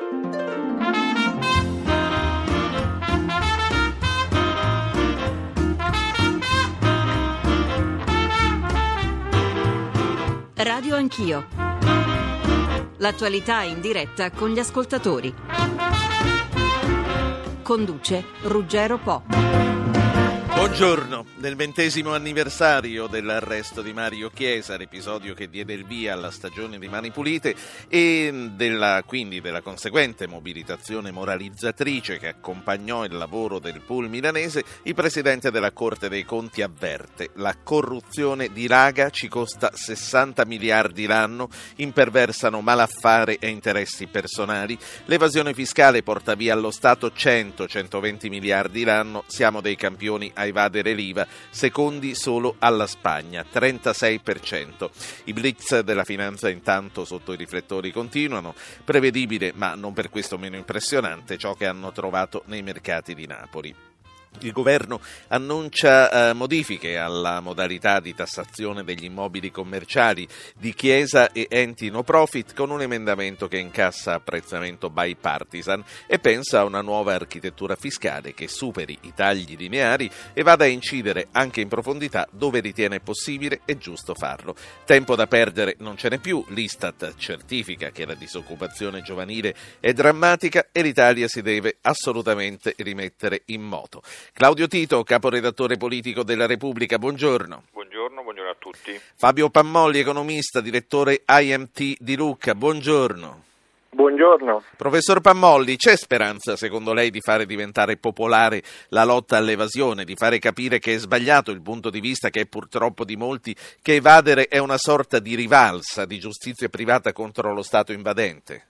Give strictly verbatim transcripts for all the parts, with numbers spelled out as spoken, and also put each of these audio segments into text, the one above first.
Radio Anch'io. L'attualità in diretta con gli ascoltatori. Conduce Ruggero Po. Buongiorno. Nel ventesimo anniversario dell'arresto di Mario Chiesa, l'episodio che diede il via alla stagione di Mani Pulite e della, quindi della conseguente mobilitazione moralizzatrice che accompagnò il lavoro del pool milanese, il presidente della Corte dei Conti avverte: la corruzione dilaga, ci costa sessanta miliardi l'anno, imperversano malaffare e interessi personali, l'evasione fiscale porta via allo Stato cento centoventi miliardi l'anno, siamo dei campioni a evadere l'I V A, secondi solo alla Spagna, trentasei per cento. I blitz della finanza intanto sotto i riflettori continuano, prevedibile ma non per questo meno impressionante ciò che hanno trovato nei mercati di Napoli. Il governo annuncia eh, modifiche alla modalità di tassazione degli immobili commerciali di Chiesa e enti no profit con un emendamento che incassa apprezzamento bipartisan e pensa a una nuova architettura fiscale che superi i tagli lineari e vada a incidere anche in profondità dove ritiene possibile e giusto farlo. Tempo da perdere non ce n'è più, l'Istat certifica che la disoccupazione giovanile è drammatica e l'Italia si deve assolutamente rimettere in moto. Claudio Tito, caporedattore politico della Repubblica, buongiorno. Buongiorno, buongiorno a tutti. Fabio Pammolli, economista, direttore I M T di Lucca, buongiorno. Buongiorno. Professor Pammolli, c'è speranza secondo lei di fare diventare popolare la lotta all'evasione, di fare capire che è sbagliato il punto di vista che è purtroppo di molti, che evadere è una sorta di rivalsa, di giustizia privata contro lo Stato invadente?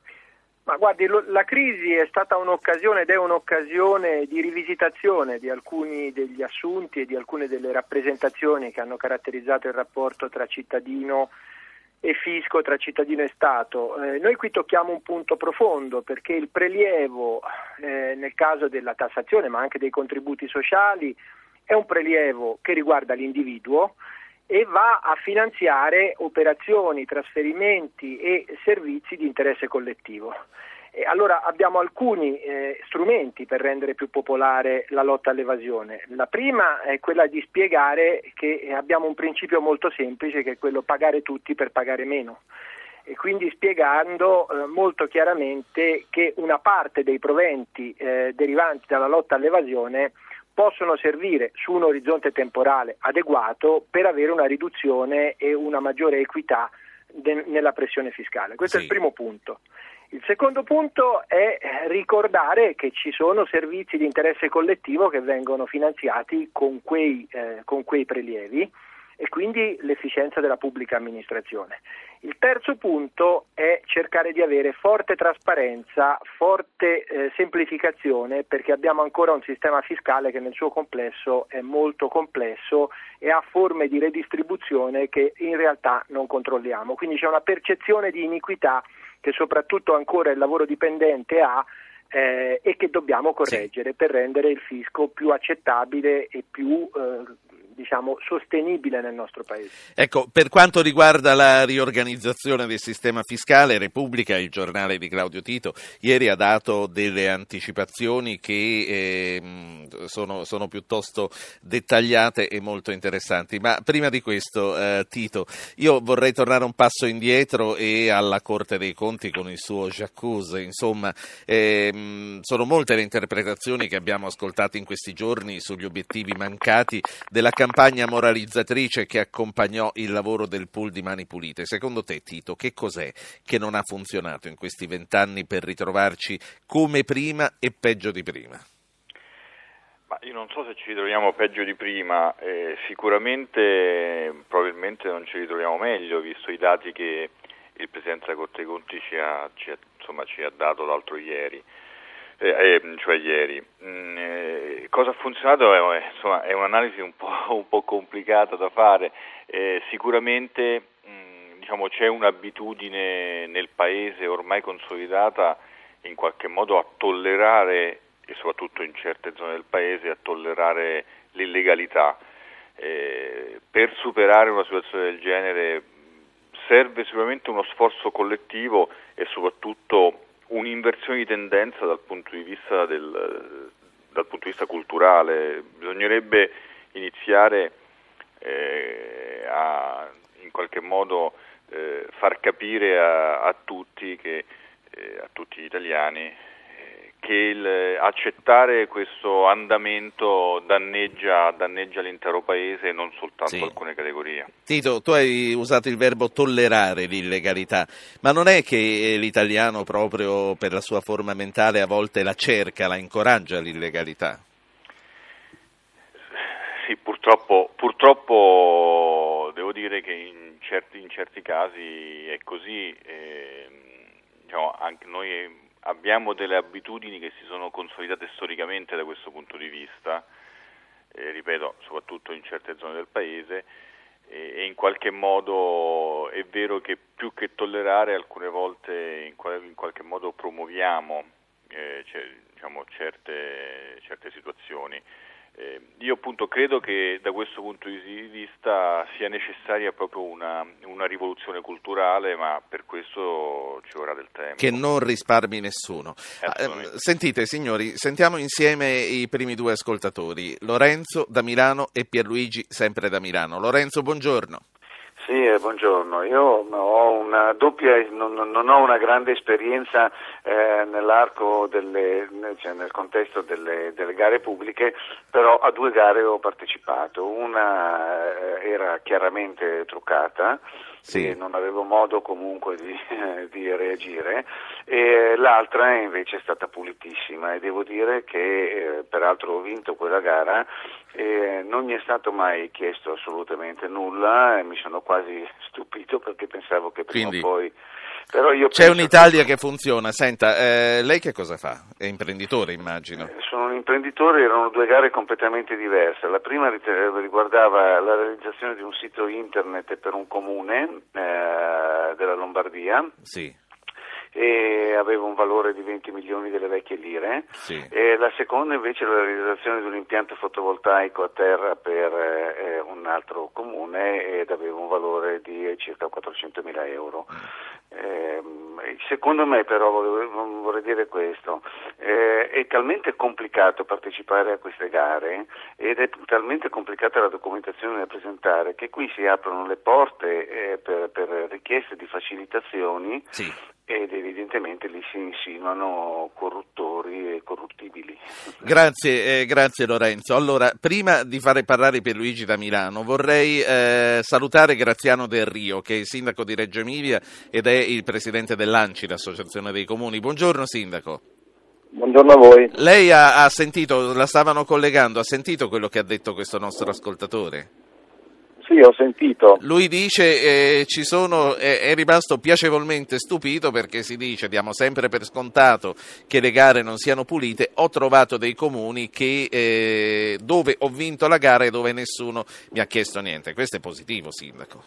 Ma guardi, lo, la crisi è stata un'occasione ed è un'occasione di rivisitazione di alcuni degli assunti e di alcune delle rappresentazioni che hanno caratterizzato il rapporto tra cittadino e fisco, tra cittadino e Stato. Eh, noi qui tocchiamo un punto profondo perché il prelievo eh, nel caso della tassazione ma anche dei contributi sociali è un prelievo che riguarda l'individuo e va a finanziare operazioni, trasferimenti e servizi di interesse collettivo. E allora abbiamo alcuni eh, strumenti per rendere più popolare la lotta all'evasione. La prima è quella di spiegare che abbiamo un principio molto semplice che è quello pagare tutti per pagare meno. E quindi spiegando eh, molto chiaramente che una parte dei proventi eh, derivanti dalla lotta all'evasione possono servire su un orizzonte temporale adeguato per avere una riduzione e una maggiore equità de- nella pressione fiscale. Questo sì. È il primo punto. Il secondo punto è ricordare che ci sono servizi di interesse collettivo che vengono finanziati con quei, eh, con quei prelievi e quindi l'efficienza della pubblica amministrazione. Il terzo punto è cercare di avere forte trasparenza, forte eh, semplificazione, perché abbiamo ancora un sistema fiscale che nel suo complesso è molto complesso e ha forme di redistribuzione che in realtà non controlliamo. Quindi c'è una percezione di iniquità che soprattutto ancora il lavoro dipendente ha eh, e che dobbiamo correggere sì. per rendere il fisco più accettabile e più eh, diciamo sostenibile nel nostro paese. Ecco, per quanto riguarda la riorganizzazione del sistema fiscale, Repubblica, il giornale di Claudio Tito, ieri ha dato delle anticipazioni che eh, sono, sono piuttosto dettagliate e molto interessanti. Ma prima di questo, eh, Tito, io vorrei tornare un passo indietro e alla Corte dei Conti con il suo j'accuse. Insomma, eh, sono molte le interpretazioni che abbiamo ascoltato in questi giorni sugli obiettivi mancati della campagna moralizzatrice che accompagnò il lavoro del pool di Mani Pulite. Secondo te, Tito, che cos'è che non ha funzionato in questi vent'anni per ritrovarci come prima e peggio di prima? Ma io non so se ci ritroviamo peggio di prima, eh, sicuramente probabilmente non ci ritroviamo meglio, visto i dati che il Presidente della Corte dei Conti ci ha, ci ha, insomma, ci ha dato l'altro ieri. Eh, eh, cioè ieri. Mm, eh, cosa ha funzionato è, insomma, è un'analisi un po', un po' complicata da fare. Eh, sicuramente mm, diciamo, c'è un'abitudine nel Paese ormai consolidata in qualche modo a tollerare, e soprattutto in certe zone del Paese, a tollerare l'illegalità. Eh, per superare una situazione del genere serve sicuramente uno sforzo collettivo e soprattutto un'inversione di tendenza dal punto di vista del, dal punto di vista culturale. Bisognerebbe iniziare eh, a in qualche modo eh, far capire a, a tutti che eh, a tutti gli italiani eh, che il, accettare questo andamento danneggia, danneggia l'intero paese e non soltanto sì. alcune categorie. Tito, tu hai usato il verbo tollerare l'illegalità, ma non è che l'italiano proprio per la sua forma mentale a volte la cerca, la incoraggia l'illegalità? Sì, purtroppo, purtroppo devo dire che in certi, in certi casi è così. Eh, diciamo, anche noi abbiamo delle abitudini che si sono consolidate storicamente da questo punto di vista, eh, ripeto, soprattutto in certe zone del paese, eh, e in qualche modo è vero che più che tollerare alcune volte in, qual- in qualche modo promuoviamo eh, cioè, diciamo, certe, certe situazioni. Eh, io appunto credo che da questo punto di vista sia necessaria proprio una, una rivoluzione culturale, ma per questo ci vorrà del tempo. Che non risparmi nessuno. Eh, sentite signori, sentiamo insieme i primi due ascoltatori, Lorenzo da Milano e Pierluigi sempre da Milano. Lorenzo, buongiorno. Sì, eh, buongiorno. Io ho una doppia, non, non ho una grande esperienza eh, nell'arco delle, cioè nel contesto delle, delle gare pubbliche, però a due gare ho partecipato. Una eh, era chiaramente truccata, sì. E non avevo modo comunque di, eh, di reagire, e l'altra invece è stata pulitissima e devo dire che eh, peraltro ho vinto quella gara e non mi è stato mai chiesto assolutamente nulla e mi sono quasi stupito perché pensavo che prima Quindi, o poi però io c'è un'Italia che... che funziona. Senta, eh, lei che cosa fa? È imprenditore, immagino. Eh, sono un imprenditore, erano due gare completamente diverse. La prima riguardava la realizzazione di un sito internet per un comune eh, della Lombardia. Sì. E aveva un valore di venti milioni delle vecchie lire, sì. E la seconda invece la realizzazione di un impianto fotovoltaico a terra per eh, un altro comune ed aveva un valore di circa quattrocentomila euro. Eh, secondo me però vorrei, vorrei dire questo, eh, è talmente complicato partecipare a queste gare ed è talmente complicata la documentazione da presentare che qui si aprono le porte eh, per, per richieste di facilitazioni, sì. Ed evidentemente lì si insinuano corruttori e corruttibili. Grazie, eh, grazie Lorenzo. Allora, prima di fare parlare Pierluigi da Milano, vorrei eh, salutare Graziano Del Rio, che è il sindaco di Reggio Emilia ed è il presidente dell'ANCI, l'Associazione dei Comuni. Buongiorno sindaco. Buongiorno a voi. Lei ha, ha sentito, la stavano collegando, ha sentito quello che ha detto questo nostro ascoltatore? Sì, ho sentito. Lui dice, eh, ci sono, eh, è rimasto piacevolmente stupito perché si dice, diamo sempre per scontato che le gare non siano pulite, ho trovato dei comuni che, eh, dove ho vinto la gara e dove nessuno mi ha chiesto niente. Questo è positivo, sindaco?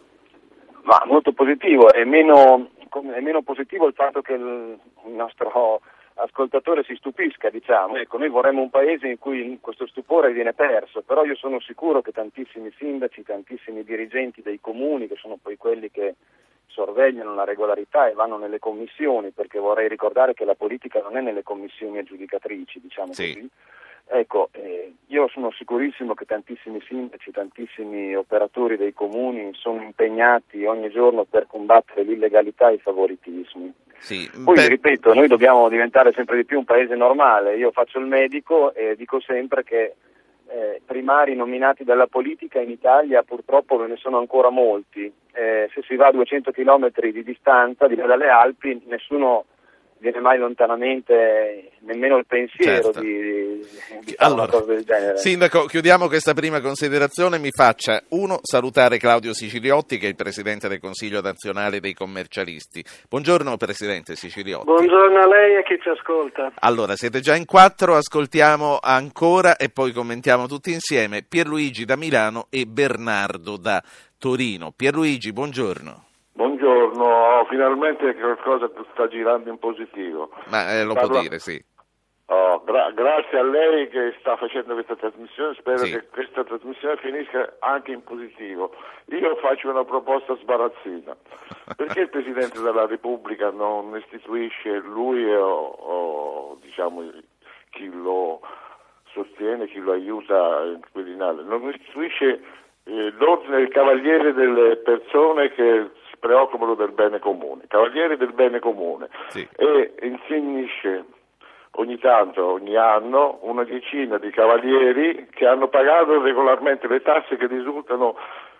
Ma molto positivo, è meno, è meno positivo il fatto che il nostro ascoltatore si stupisca, diciamo. Ecco, noi vorremmo un paese in cui questo stupore viene perso, però io sono sicuro che tantissimi sindaci, tantissimi dirigenti dei comuni, che sono poi quelli che sorvegliano la regolarità e vanno nelle commissioni, perché vorrei ricordare che la politica non è nelle commissioni aggiudicatrici, diciamo sì. così. Ecco, eh, io sono sicurissimo che tantissimi sindaci, tantissimi operatori dei comuni sono impegnati ogni giorno per combattere l'illegalità e i favoritismi. Sì, Poi per... ripeto, noi dobbiamo diventare sempre di più un paese normale. Io faccio il medico e dico sempre che eh, primari nominati dalla politica in Italia purtroppo ve ne sono ancora molti. Eh, se si va a duecento chilometri di distanza, di là dalle Alpi, nessuno viene mai lontanamente nemmeno il pensiero certo. di, di fare allora, una cosa del genere. Sindaco, chiudiamo questa prima considerazione. Mi faccia, uno, salutare Claudio Siciliotti, che è il Presidente del Consiglio Nazionale dei Commercialisti. Buongiorno Presidente Siciliotti. Buongiorno a lei e a chi ci ascolta. Allora, siete già in quattro, ascoltiamo ancora e poi commentiamo tutti insieme Pierluigi da Milano e Bernardo da Torino. Pierluigi, buongiorno. Buongiorno, finalmente qualcosa sta girando in positivo. Ma eh, lo Parla... può dire, sì. Oh, gra- grazie a lei che sta facendo questa trasmissione, spero sì. che questa trasmissione finisca anche in positivo. Io faccio una proposta sbarazzina, perché il Presidente della Repubblica non istituisce lui o, o diciamo chi lo sostiene, chi lo aiuta in Quirinale, non istituisce eh, l'ordine del Cavaliere delle persone che si preoccupano del bene comune, Cavaliere del bene comune, sì. e insignisce ogni tanto, ogni anno, una decina di cavalieri che hanno pagato regolarmente le tasse che risultano,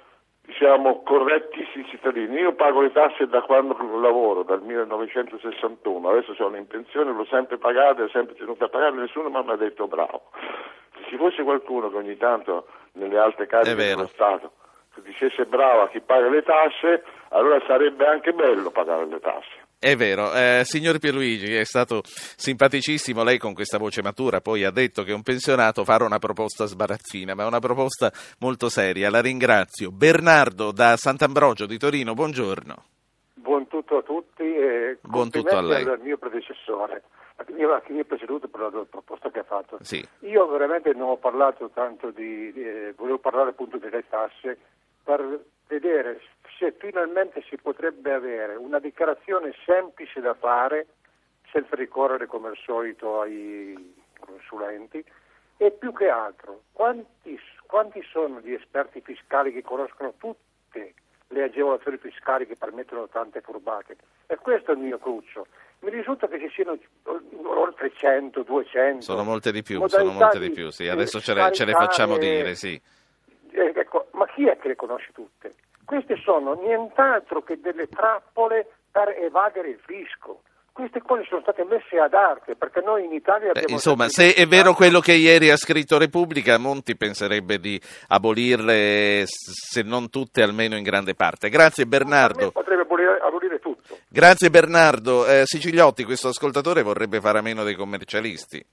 diciamo, correttissimi cittadini. Io pago le tasse da quando lavoro, dal millenovecentosessantuno, adesso sono in pensione, l'ho sempre pagata, ho sempre tenuto a pagare, nessuno mi ha detto bravo. Se ci fosse qualcuno che ogni tanto nelle alte cariche dello Stato dicesse bravo a chi paga le tasse, allora sarebbe anche bello pagare le tasse. È vero, eh, signor Pierluigi, è stato simpaticissimo lei con questa voce matura, poi ha detto che un pensionato farà una proposta sbarazzina, ma è una proposta molto seria, la ringrazio. Bernardo da Sant'Ambrogio di Torino, buongiorno. Buon tutto a tutti e buon tutto a lei. Al mio predecessore, a chi mi ha preceduto per la proposta che ha fatto. Sì. Io veramente non ho parlato tanto di, eh, volevo parlare appunto delle tasse per vedere se finalmente si potrebbe avere una dichiarazione semplice da fare senza ricorrere come al solito ai consulenti, e più che altro quanti, quanti sono gli esperti fiscali che conoscono tutte le agevolazioni fiscali che permettono tante furbate. E questo è il mio cruccio. Mi risulta che ci siano oltre cento, duecento. Sono molte di più, sono molte di più, sì. Adesso ce le, ce le facciamo dire, sì. Eh, ecco, ma chi è che le conosce tutte? Queste sono nient'altro che delle trappole per evadere il fisco. Queste cose sono state messe ad arte, perché noi in Italia abbiamo... Eh, insomma, se è vero quello che ieri ha scritto Repubblica, Monti penserebbe di abolirle, se non tutte, almeno in grande parte. Grazie Bernardo. Potrebbe abolire, abolire tutto. Grazie Bernardo. Eh, Siciliotti, questo ascoltatore vorrebbe fare a meno dei commercialisti.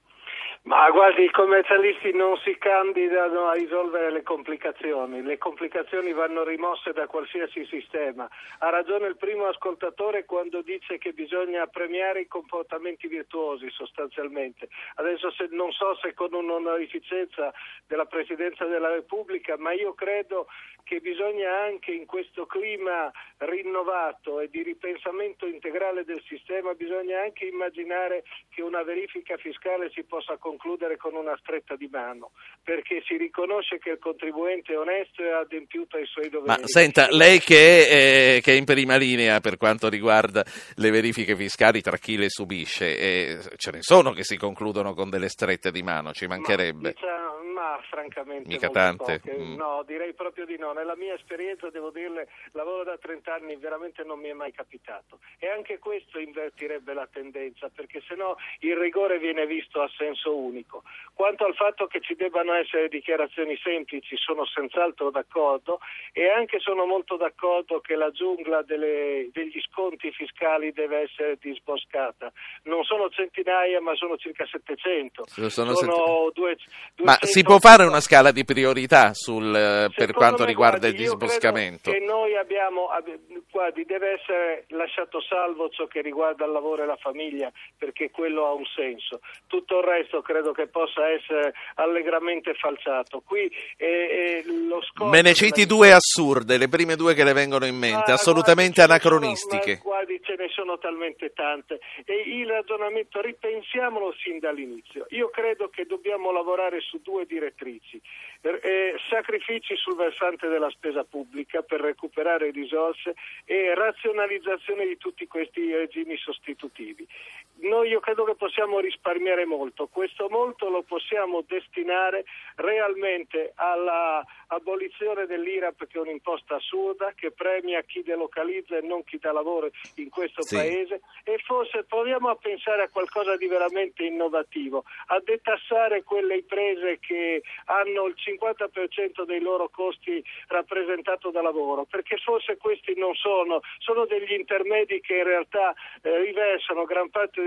Ma guardi, i commercialisti non si candidano a risolvere le complicazioni, le complicazioni vanno rimosse da qualsiasi sistema. Ha ragione il primo ascoltatore quando dice che bisogna premiare i comportamenti virtuosi sostanzialmente. Adesso se, non so se con un'onorificenza della Presidenza della Repubblica, ma io credo che bisogna anche in questo clima rinnovato e di ripensamento integrale del sistema, bisogna anche immaginare che una verifica fiscale si possa concludere con una stretta di mano, perché si riconosce che il contribuente è onesto e ha adempiuto ai suoi doveri. Ma senta, lei che è, eh, che è in prima linea per quanto riguarda le verifiche fiscali tra chi le subisce, eh, ce ne sono che si concludono con delle strette di mano, ci mancherebbe. Ma, diciamo, ma francamente mica tante. Mm. No, direi proprio di no. Nella mia esperienza, devo dirle, lavoro da trenta anni, veramente non mi è mai capitato. E anche questo invertirebbe la tendenza, perché sennò il rigore viene visto a senso unico. Quanto al fatto che ci debbano essere dichiarazioni semplici, sono senz'altro d'accordo, e anche sono molto d'accordo che la giungla delle, degli sconti fiscali deve essere disboscata. Non sono centinaia, ma sono circa settecento. Sono sono sett... due, ma si può fare una scala di priorità sul, per quanto me, riguarda guardi, il disboscamento? Io credo che noi abbiamo, guardi, deve essere lasciato salvo ciò che riguarda il lavoro e la famiglia, perché quello ha un senso. Tutto il resto credo che possa essere allegramente falciato. Qui eh, eh, lo scopo... Me ne citi due assurde, le prime due che le vengono in mente, ah, assolutamente guardi, anacronistiche. Sono, ma, guardi, ce ne sono talmente tante. E il ragionamento, ripensiamolo sin dall'inizio. Io credo che dobbiamo lavorare su due direttrici. Eh, sacrifici sul versante della spesa pubblica per recuperare risorse e razionalizzazione di tutti questi regimi sostitutivi. Noi io credo che possiamo risparmiare molto, questo molto lo possiamo destinare realmente alla abolizione dell'I R A P, che è un'imposta assurda che premia chi delocalizza e non chi dà lavoro in questo sì. paese, e forse proviamo a pensare a qualcosa di veramente innovativo, a detassare quelle imprese che hanno il cinquanta per cento dei loro costi rappresentato da lavoro, perché forse questi non sono, sono degli intermedi che in realtà eh, riversano gran parte del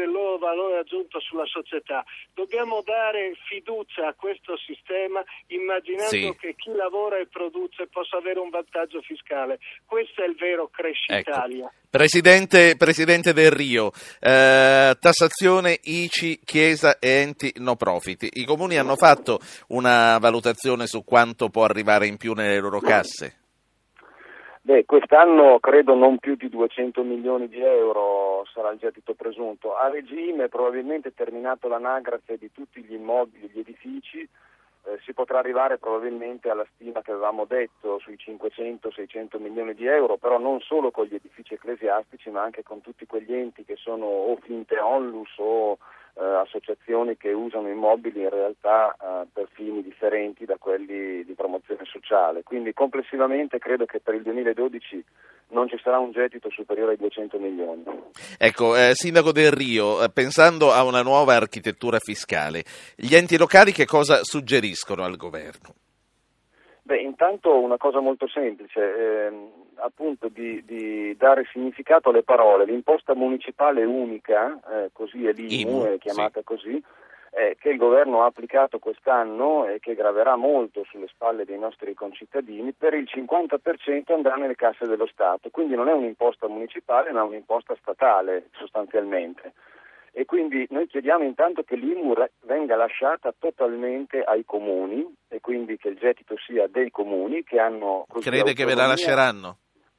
il loro valore aggiunto sulla società. Dobbiamo dare fiducia a questo sistema immaginando sì. che chi lavora e produce possa avere un vantaggio fiscale. Questo è il vero Cresci ecco. Italia. Presidente, Presidente Del Rio, eh, tassazione I C I, Chiesa e enti no profit. I comuni hanno fatto una valutazione su quanto può arrivare in più nelle loro casse? Beh, quest'anno credo non più di duecento milioni di euro sarà il gettito presunto. A regime, probabilmente terminato l'anagrafe di tutti gli immobili, gli edifici, Eh, si potrà arrivare probabilmente alla stima che avevamo detto sui cinquecento seicento milioni di euro, però non solo con gli edifici ecclesiastici ma anche con tutti quegli enti che sono o finte onlus o eh, associazioni che usano immobili in realtà eh, per fini differenti da quelli di promozione sociale. Quindi complessivamente credo che per il duemiladodici non ci sarà un gettito superiore ai duecento milioni. Ecco, eh, Sindaco Del Rio, eh, pensando a una nuova architettura fiscale, gli enti locali che cosa suggeriscono al governo? Beh, intanto una cosa molto semplice, ehm, appunto di, di dare significato alle parole. L'imposta municipale unica, eh, così è l'I M U, è chiamata sì. così, eh, che il governo ha applicato quest'anno e che graverà molto sulle spalle dei nostri concittadini, per il cinquanta per cento andrà nelle casse dello Stato, quindi non è un'imposta municipale ma un'imposta statale sostanzialmente. E quindi noi chiediamo intanto che l'I M U venga lasciata totalmente ai comuni e quindi che il gettito sia dei comuni che hanno così Crede autonomia. Che ve la lasceranno?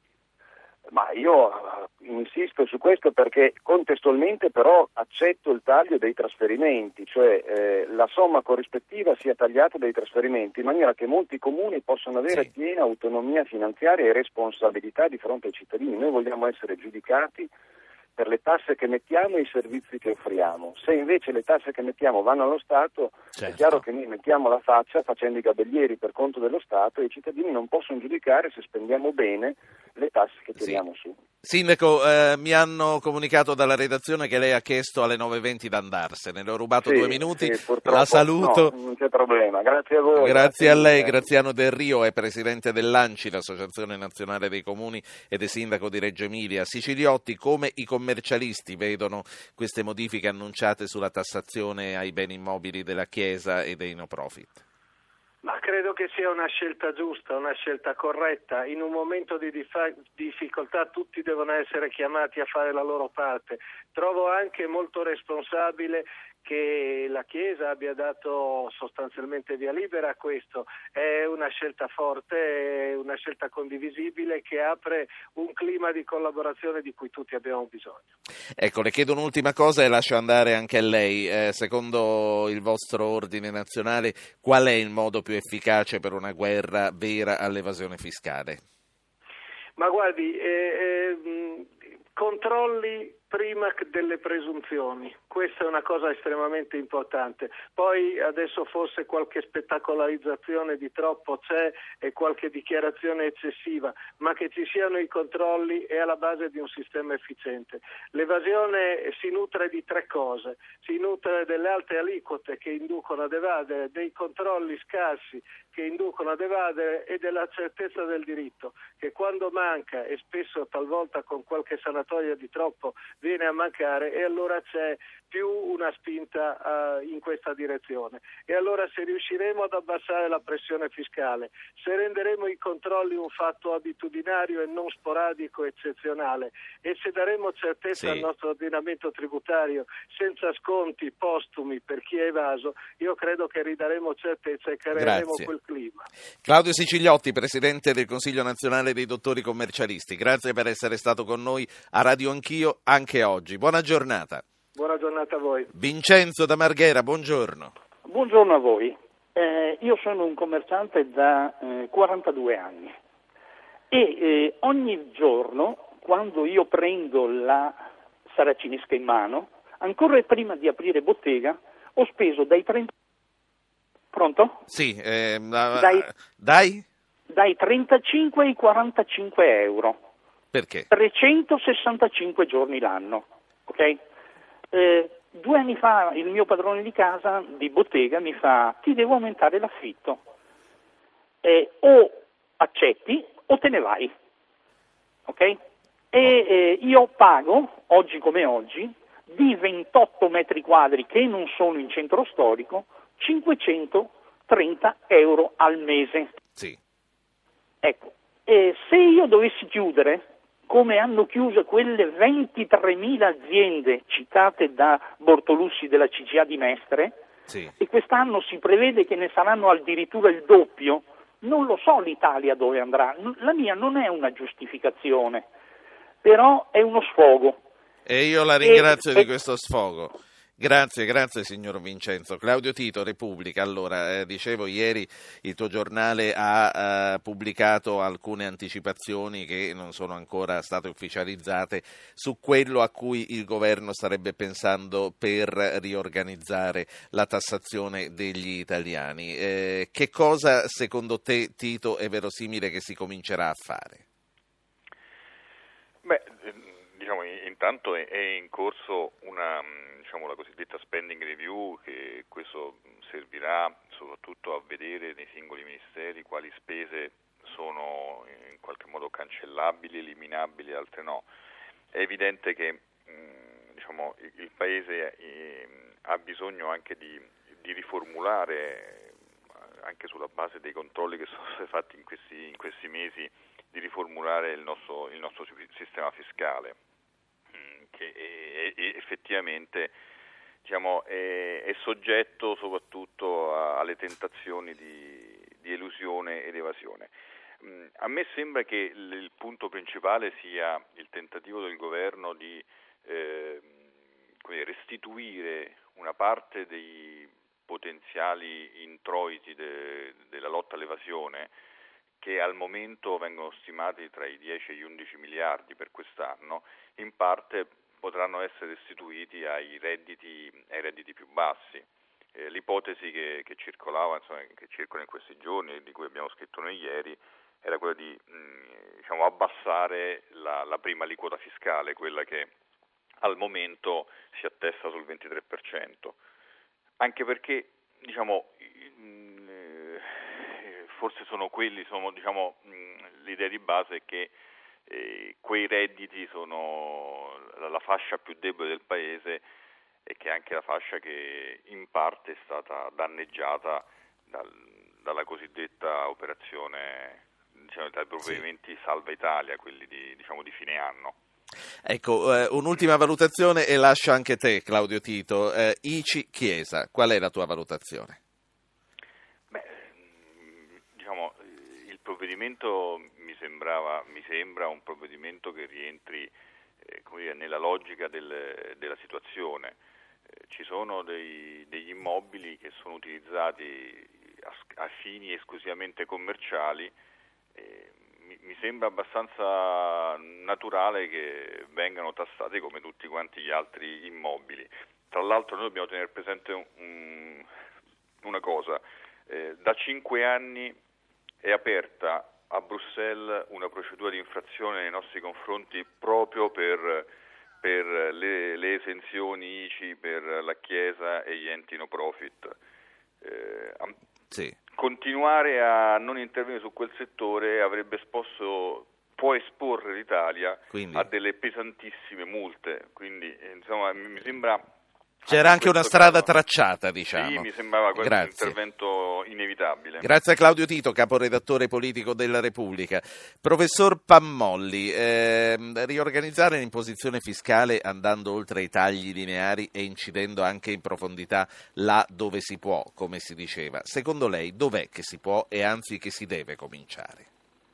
Ma io insisto su questo perché contestualmente però accetto il taglio dei trasferimenti, cioè eh, la somma corrispettiva sia tagliata dai trasferimenti in maniera che molti comuni possano avere sì. piena autonomia finanziaria e responsabilità di fronte ai cittadini. Noi vogliamo essere giudicati per le tasse che mettiamo e i servizi che offriamo. Se invece le tasse che mettiamo vanno allo Stato, certo. è chiaro che noi mettiamo la faccia facendo i gabellieri per conto dello Stato e i cittadini non possono giudicare se spendiamo bene le tasse che tiriamo sì. su. Sindaco, eh, mi hanno comunicato dalla redazione che lei ha chiesto alle nove e venti di andarsene, le ho rubato sì, due minuti, sì, la saluto. No, non c'è problema, grazie a voi. Grazie, grazie a lei, mille. Graziano Del Rio è presidente dell'ANCI, l'Associazione Nazionale dei Comuni, ed è sindaco di Reggio Emilia. Siciliotti, come i commercialisti vedono queste modifiche annunciate sulla tassazione ai beni immobili della Chiesa e dei no profit? Ma credo che sia una scelta giusta, una scelta corretta. In un momento di dif- difficoltà tutti devono essere chiamati a fare la loro parte. Trovo anche molto responsabile che la Chiesa abbia dato sostanzialmente via libera a questo. È una scelta forte, è una scelta condivisibile che apre un clima di collaborazione di cui tutti abbiamo bisogno. Ecco, le chiedo un'ultima cosa e lascio andare anche a lei. Eh, secondo il vostro ordine nazionale, qual è il modo più efficace per una guerra vera all'evasione fiscale? Ma guardi, eh, eh, controlli prima delle presunzioni, questa è una cosa estremamente importante. Poi adesso forse qualche spettacolarizzazione di troppo c'è e qualche dichiarazione eccessiva, ma che ci siano i controlli è alla base di un sistema efficiente. L'evasione si nutre di tre cose: si nutre delle alte aliquote che inducono ad evadere, dei controlli scarsi che inducono ad evadere e della certezza del diritto, che quando manca, e spesso talvolta con qualche sanatoria di troppo viene a mancare, e allora c'è più una spinta uh, in questa direzione. E allora se riusciremo ad abbassare la pressione fiscale, se renderemo i controlli un fatto abitudinario e non sporadico eccezionale, e se daremo certezza sì. al nostro ordinamento tributario senza sconti postumi per chi è evaso, io credo che ridaremo certezza e creeremo Grazie. quel clima. Claudio Siciliotti, presidente del Consiglio Nazionale dei Dottori Commercialisti, grazie per essere stato con noi a Radio Anch'io anche oggi. Buona giornata. Buona giornata a voi. Vincenzo da Marghera, buongiorno. Buongiorno a voi. Eh, io sono un commerciante da eh, quarantadue anni e eh, ogni giorno quando io prendo la saracinesca in mano, ancora prima di aprire bottega, ho speso dai trenta... Pronto? Sì, eh, la... dai, dai? dai trentacinque ai quarantacinque euro. Perché? trecentosessantacinque giorni l'anno, ok? Eh, due anni fa il mio padrone di casa, di bottega, mi fa: ti devo aumentare l'affitto, eh, o accetti o te ne vai, ok? E eh, io pago, oggi come oggi, di ventotto metri quadri che non sono in centro storico, cinquecentotrenta euro al mese. Sì. Ecco, e se io dovessi chiudere, come hanno chiuso quelle ventitremila aziende citate da Bortolussi della C G I A di Mestre, sì. e quest'anno si prevede che ne saranno addirittura il doppio, non lo so l'Italia dove andrà. La mia non è una giustificazione, però è uno sfogo. E io la ringrazio e, di e... questo sfogo. Grazie, grazie signor Vincenzo. Claudio Tito, Repubblica. Allora, eh, dicevo, ieri il tuo giornale ha eh, pubblicato alcune anticipazioni che non sono ancora state ufficializzate su quello a cui il governo starebbe pensando per riorganizzare la tassazione degli italiani. Eh, che cosa secondo te, Tito, è verosimile che si comincerà a fare? Beh, diciamo, intanto è in corso una, diciamo, la cosiddetta spending review, che questo servirà soprattutto a vedere nei singoli ministeri quali spese sono in qualche modo cancellabili, eliminabili, altre no. È evidente che diciamo, il Paese ha bisogno anche di, di riformulare, anche sulla base dei controlli che sono stati fatti in questi, in questi mesi, di riformulare il nostro, il nostro sistema fiscale, che è, è, effettivamente diciamo, è, è soggetto soprattutto a, alle tentazioni di, di elusione ed evasione. A me sembra che il, il punto principale sia il tentativo del governo di eh, restituire una parte dei potenziali introiti de, della lotta all'evasione, che al momento vengono stimati tra i dieci e gli undici miliardi per quest'anno, in parte potranno essere restituiti ai redditi, ai redditi più bassi. Eh, l'ipotesi che, che circolava, insomma, che circola in questi giorni, di cui abbiamo scritto noi ieri, era quella di mh, diciamo, abbassare la, la prima aliquota fiscale, quella che al momento si attesta sul ventitré per cento. Anche perché, diciamo, forse sono quelli, sono, diciamo, l'idea di base è che eh, quei redditi sono la, la fascia più debole del Paese e che è anche la fascia che in parte è stata danneggiata dal, dalla cosiddetta operazione, diciamo, dai provvedimenti sì. Salva Italia, quelli di, diciamo, di fine anno. Ecco, eh, un'ultima valutazione e lascio anche te, Claudio Tito. Eh, I C I Chiesa, qual è la tua valutazione? Il provvedimento mi sembrava, mi sembra un provvedimento che rientri eh, come dire, nella logica del, della situazione. Eh, ci sono dei, degli immobili che sono utilizzati a, a fini esclusivamente commerciali. Eh, mi, mi sembra abbastanza naturale che vengano tassati come tutti quanti gli altri immobili. Tra l'altro noi dobbiamo tenere presente un, una cosa, eh, da cinque anni è aperta a Bruxelles una procedura di infrazione nei nostri confronti proprio per, per le, le esenzioni I C I per la Chiesa e gli enti no profit. Eh, sì. Continuare a non intervenire su quel settore avrebbe esposto, può esporre l'Italia quindi a delle pesantissime multe, quindi insomma mi sembra... C'era anche una strada caso. tracciata, diciamo. Sì, mi sembrava questo un Grazie. intervento inevitabile. Grazie a Claudio Tito, caporedattore politico della Repubblica. Professor Pammolli, eh, riorganizzare l'imposizione fiscale andando oltre i tagli lineari e incidendo anche in profondità là dove si può, come si diceva. Secondo lei dov'è che si può e anzi che si deve cominciare?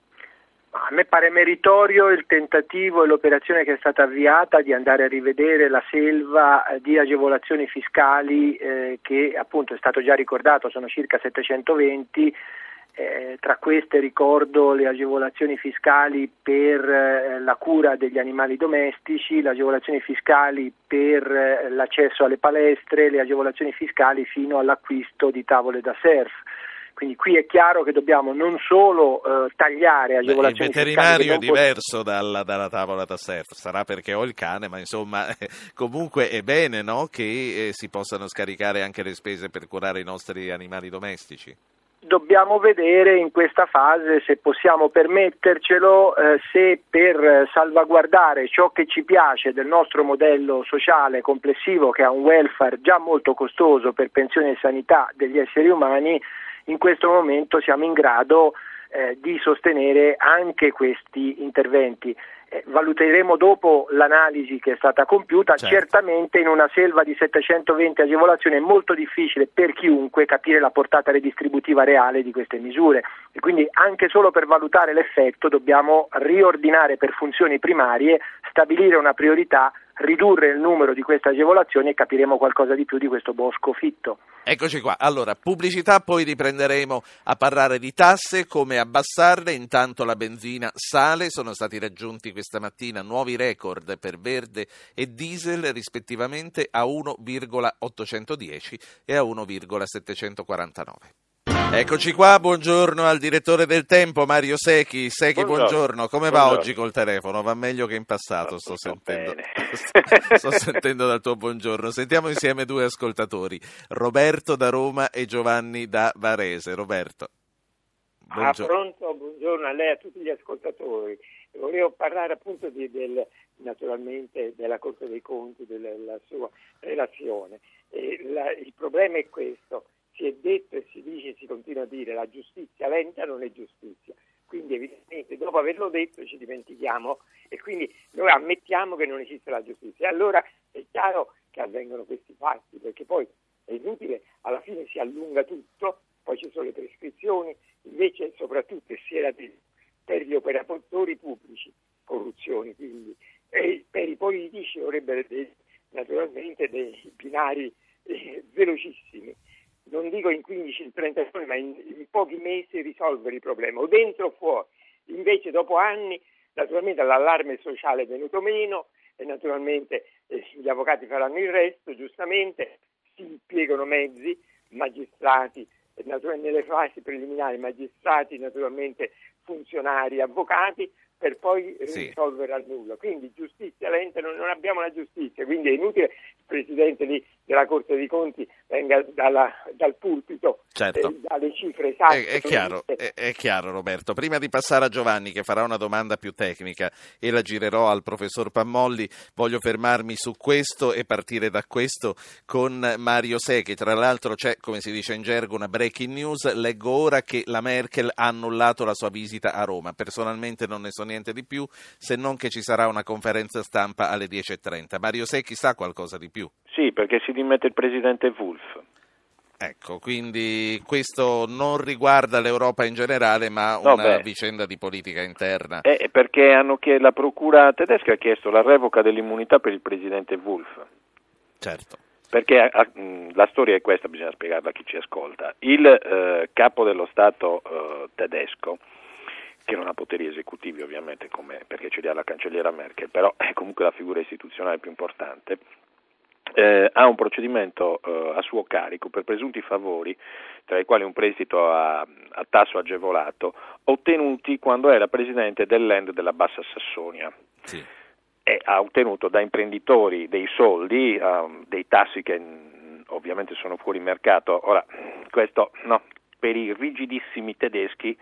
A me pare meritorio il tentativo e l'operazione che è stata avviata di andare a rivedere la selva di agevolazioni fiscali eh, che appunto è stato già ricordato, sono circa settecentoventi, eh, tra queste ricordo le agevolazioni fiscali per eh, la cura degli animali domestici, le agevolazioni fiscali per eh, l'accesso alle palestre, le agevolazioni fiscali fino all'acquisto di tavole da surf. Quindi qui è chiaro che dobbiamo non solo eh, tagliare agevolazioni fiscali. Il veterinario è pot- diverso dalla, dalla tavola da surf, sarà perché ho il cane, ma insomma eh, comunque è bene, no, che eh, si possano scaricare anche le spese per curare i nostri animali domestici. dobbiamo vedere in questa fase se possiamo permettercelo, eh, se per salvaguardare ciò che ci piace del nostro modello sociale complessivo, che ha un welfare già molto costoso per pensioni e sanità degli esseri umani, in questo momento siamo in grado eh, di sostenere anche questi interventi. Eh, valuteremo dopo l'analisi che è stata compiuta. Certo. Certamente in una selva di settecentoventi agevolazioni è molto difficile per chiunque capire la portata redistributiva reale di queste misure, e quindi anche solo per valutare l'effetto dobbiamo riordinare per funzioni primarie, stabilire una priorità, ridurre il numero di queste agevolazioni e capiremo qualcosa di più di questo bosco fitto. Eccoci qua, allora pubblicità, poi riprenderemo a parlare di tasse, come abbassarle. Intanto la benzina sale, sono stati raggiunti questa mattina nuovi record per verde e diesel rispettivamente a uno virgola ottocentodieci e a uno virgola settecentoquarantanove. Eccoci qua, buongiorno al direttore del Tempo Mario Secchi. Secchi, buongiorno, buongiorno. Come buongiorno. Va oggi col telefono? Va meglio che in passato, no, sto sentendo sto, sto sentendo dal tuo buongiorno. Sentiamo insieme due ascoltatori, Roberto da Roma e Giovanni da Varese. Roberto. Buongiorno. Ah, pronto, buongiorno a lei e a tutti gli ascoltatori. Volevo parlare appunto di, del, naturalmente della Corte dei Conti, della, della sua relazione. E la, il problema è questo. Si è detto e si dice, si continua a dire, la giustizia lenta non è giustizia, quindi evidentemente dopo averlo detto ci dimentichiamo e quindi noi ammettiamo che non esiste la giustizia. Allora è chiaro che avvengono questi fatti, perché poi è inutile, alla fine si allunga tutto, poi ci sono le prescrizioni, invece soprattutto si era detto per gli operatori pubblici, corruzione quindi, e per i politici dovrebbero essere naturalmente dei binari eh, velocissimi. Non dico in quindici, in trenta giorni, ma in, in pochi mesi risolvere il problema, o dentro o fuori. Invece dopo anni, naturalmente l'allarme sociale è venuto meno e naturalmente eh, gli avvocati faranno il resto, giustamente, si impiegano mezzi, magistrati, eh, naturalmente nelle fasi preliminari magistrati, naturalmente funzionari, avvocati, per poi sì. risolvere al nulla. Quindi giustizia lenta, non, non abbiamo la giustizia, quindi è inutile il Presidente di, della Corte dei Conti venga dalla, dal pulpito, certo. eh, dalle cifre esatte. È, è, chiaro, è, è chiaro Roberto. Prima di passare a Giovanni che farà una domanda più tecnica e la girerò al professor Pammolli, voglio fermarmi su questo e partire da questo con Mario Secchi. Tra l'altro c'è, come si dice in gergo, una breaking news. Leggo ora che la Merkel ha annullato la sua visita a Roma. Personalmente non ne so niente di più, se non che ci sarà una conferenza stampa alle dieci e trenta. Mario Secchi sa qualcosa di più? Sì, perché si dimette il presidente Wulff. Ecco, quindi questo non riguarda l'Europa in generale, ma no, una beh, vicenda di politica interna. È perché hanno chiesto, la procura tedesca ha chiesto la revoca dell'immunità per il presidente Wulff. Certo. Perché mh, la storia è questa, bisogna spiegarla a chi ci ascolta. Il eh, capo dello Stato eh, tedesco, che non ha poteri esecutivi ovviamente, come, perché ce li ha la cancelliera Merkel, però è comunque la figura istituzionale più importante, eh, ha un procedimento eh, a suo carico per presunti favori, tra i quali un prestito a, a tasso agevolato, ottenuti quando era presidente del Land della Bassa Sassonia. Sì. E ha ottenuto da imprenditori dei soldi, um, dei tassi che mh, ovviamente sono fuori mercato. Ora, questo no, per i rigidissimi tedeschi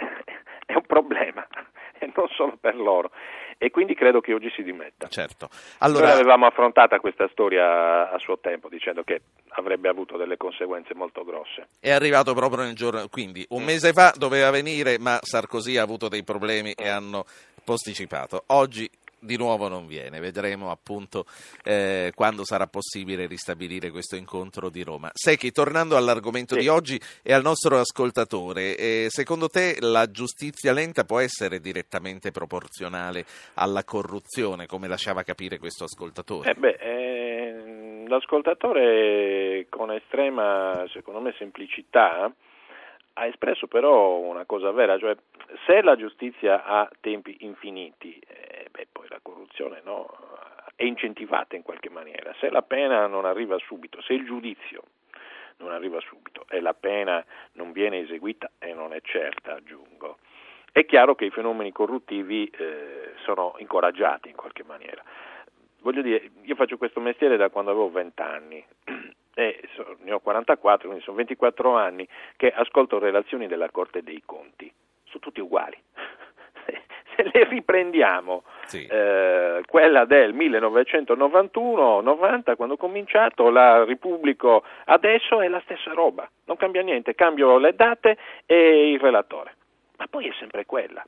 è un problema, e non solo per loro, e quindi credo che oggi si dimetta. Certo. Allora, noi avevamo affrontata questa storia a suo tempo dicendo che avrebbe avuto delle conseguenze molto grosse. È arrivato proprio nel giorno, quindi un mese fa doveva venire, ma Sarkozy ha avuto dei problemi e hanno posticipato. Oggi di nuovo non viene, vedremo appunto eh, quando sarà possibile ristabilire questo incontro di Roma. Secchi, tornando all'argomento sì. di oggi e al nostro ascoltatore, eh, secondo te la giustizia lenta può essere direttamente proporzionale alla corruzione, come lasciava capire questo ascoltatore? Eh beh, eh, l'ascoltatore con estrema, secondo me, semplicità ha espresso però una cosa vera, cioè se la giustizia ha tempi infiniti, eh, beh, poi la corruzione no, è incentivata in qualche maniera. Se la pena non arriva subito, se il giudizio non arriva subito e la pena non viene eseguita e non è certa, aggiungo, è chiaro che i fenomeni corruttivi eh, sono incoraggiati in qualche maniera. Voglio dire, io faccio questo mestiere da quando avevo vent'anni e ne ho quarantaquattro, quindi sono ventiquattro anni che ascolto relazioni della Corte dei Conti, sono tutti uguali. Se le riprendiamo, sì. eh, quella del millenovecentonovantuno novanta, quando ho cominciato, la ripubblico adesso è la stessa roba, non cambia niente, cambio le date e il relatore, ma poi è sempre quella.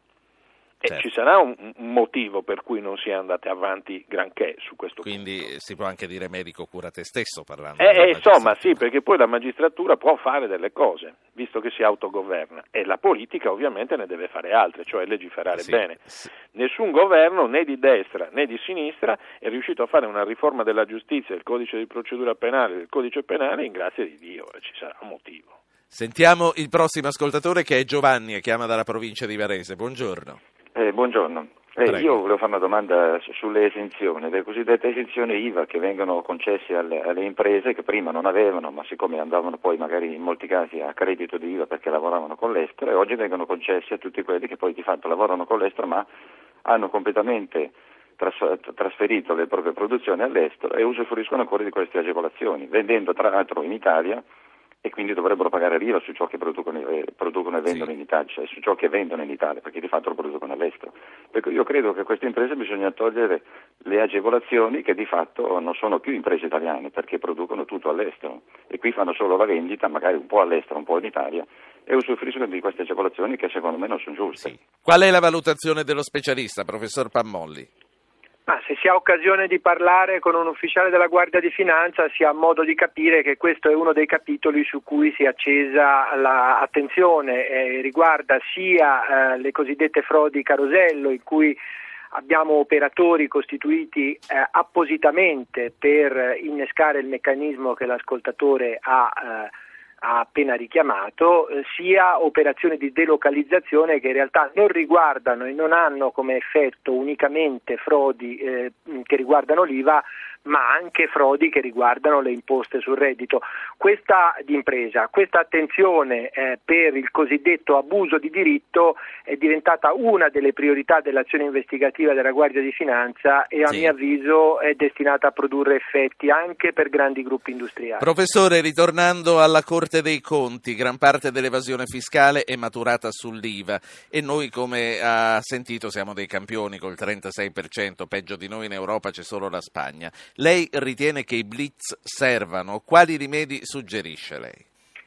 E certo. Ci sarà un, un motivo per cui non si è andate avanti granché su questo Quindi punto. Si può anche dire medico cura te stesso parlando. Eh, eh, insomma sì, perché poi la magistratura può fare delle cose, visto che si autogoverna, e la politica ovviamente ne deve fare altre, cioè legiferare sì, bene. Sì. Nessun governo, né di destra né di sinistra, è riuscito a fare una riforma della giustizia, del codice di procedura penale, del codice penale, in grazia di Dio, e ci sarà un motivo. Sentiamo il prossimo ascoltatore, che è Giovanni, che chiama dalla provincia di Varese. Buongiorno. Eh, buongiorno, eh, io volevo fare una domanda sulle esenzioni, le cosiddette esenzioni I V A che vengono concesse alle, alle imprese che prima non avevano, ma siccome andavano poi magari in molti casi a credito di I V A perché lavoravano con l'estero, e oggi vengono concesse a tutti quelli che poi di fatto lavorano con l'estero ma hanno completamente tras- trasferito le proprie produzioni all'estero e usufruiscono ancora di queste agevolazioni, vendendo tra l'altro in Italia, e quindi dovrebbero pagare l'I V A su ciò che producono, eh, producono e vendono sì. in Italia, cioè su ciò che vendono in Italia, perché di fatto lo producono all'estero. Perché io credo che a queste imprese bisogna togliere le agevolazioni che di fatto non sono più imprese italiane, perché producono tutto all'estero e qui fanno solo la vendita, magari un po' all'estero, un po' in Italia, e usufruiscono di queste agevolazioni che secondo me non sono giuste. Sì. Qual è la valutazione dello specialista, professor Pammolli? Ma se si ha occasione di parlare con un ufficiale della Guardia di Finanza si ha modo di capire che questo è uno dei capitoli su cui si è accesa l'attenzione, eh, riguarda sia eh, le cosiddette frodi carosello, in cui abbiamo operatori costituiti eh, appositamente per innescare il meccanismo che l'ascoltatore ha eh, ha appena richiamato, eh, sia operazioni di delocalizzazione che in realtà non riguardano e non hanno come effetto unicamente frodi eh, che riguardano l'I V A, ma anche frodi che riguardano le imposte sul reddito. Questa d'impresa, questa attenzione eh, per il cosiddetto abuso di diritto è diventata una delle priorità dell'azione investigativa della Guardia di Finanza e a sì. mio avviso è destinata a produrre effetti anche per grandi gruppi industriali. Professore, ritornando alla Corte dei Conti, gran parte dell'evasione fiscale è maturata sull'I V A e noi, come ha sentito, siamo dei campioni col trentasei per cento, peggio di noi in Europa c'è solo la Spagna. Lei ritiene che i blitz servano? Quali rimedi suggerisce lei?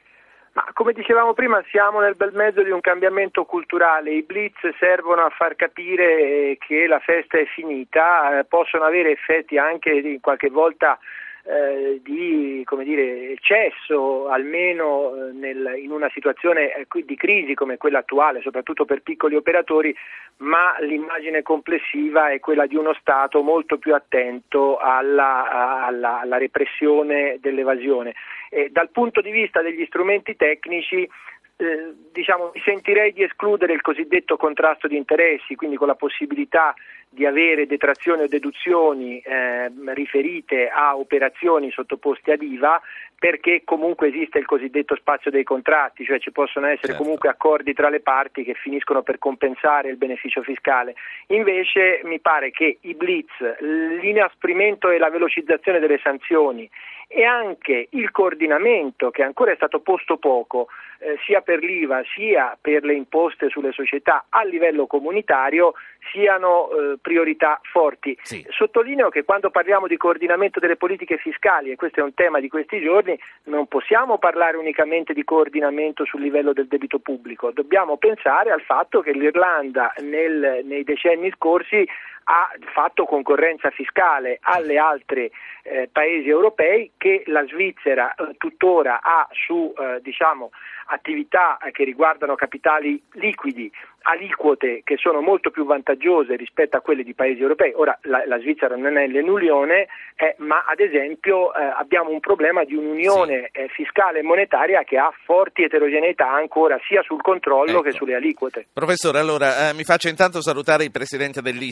Ma come dicevamo prima, siamo nel bel mezzo di un cambiamento culturale. I blitz servono a far capire che la festa è finita, eh, possono avere effetti anche di qualche volta eh, di come dire, eccesso, almeno eh, nel, in una situazione eh, di crisi come quella attuale, soprattutto per piccoli operatori, ma l'immagine complessiva è quella di uno Stato molto più attento alla, alla, alla repressione dell'evasione. E dal punto di vista degli strumenti tecnici, eh, diciamo, mi sentirei di escludere il cosiddetto contrasto di interessi, quindi con la possibilità di avere detrazioni o deduzioni eh, riferite a operazioni sottoposte ad I V A, perché comunque esiste il cosiddetto spazio dei contratti, cioè ci possono essere certo. comunque accordi tra le parti che finiscono per compensare il beneficio fiscale. Invece mi pare che i blitz, l'inasprimento e la velocizzazione delle sanzioni e anche il coordinamento, che ancora è stato posto poco, eh, sia per l'I V A sia per le imposte sulle società a livello comunitario, siano eh, priorità forti. Sì. Sottolineo che quando parliamo di coordinamento delle politiche fiscali, e questo è un tema di questi giorni, non possiamo parlare unicamente di coordinamento sul livello del debito pubblico, dobbiamo pensare al fatto che l'Irlanda nel, nei decenni scorsi ha fatto concorrenza fiscale alle altre eh, paesi europei, che la Svizzera eh, tuttora ha su eh, diciamo attività che riguardano capitali liquidi, aliquote che sono molto più vantaggiose rispetto a quelle di paesi europei. Ora la, la Svizzera non è nell'Unione, eh, ma ad esempio eh, abbiamo un problema di un'unione sì. eh, fiscale e monetaria che ha forti eterogeneità ancora sia sul controllo ecco. che sulle aliquote. Professore, allora eh, mi faccia intanto salutare il presidente dell'Istat, Enrico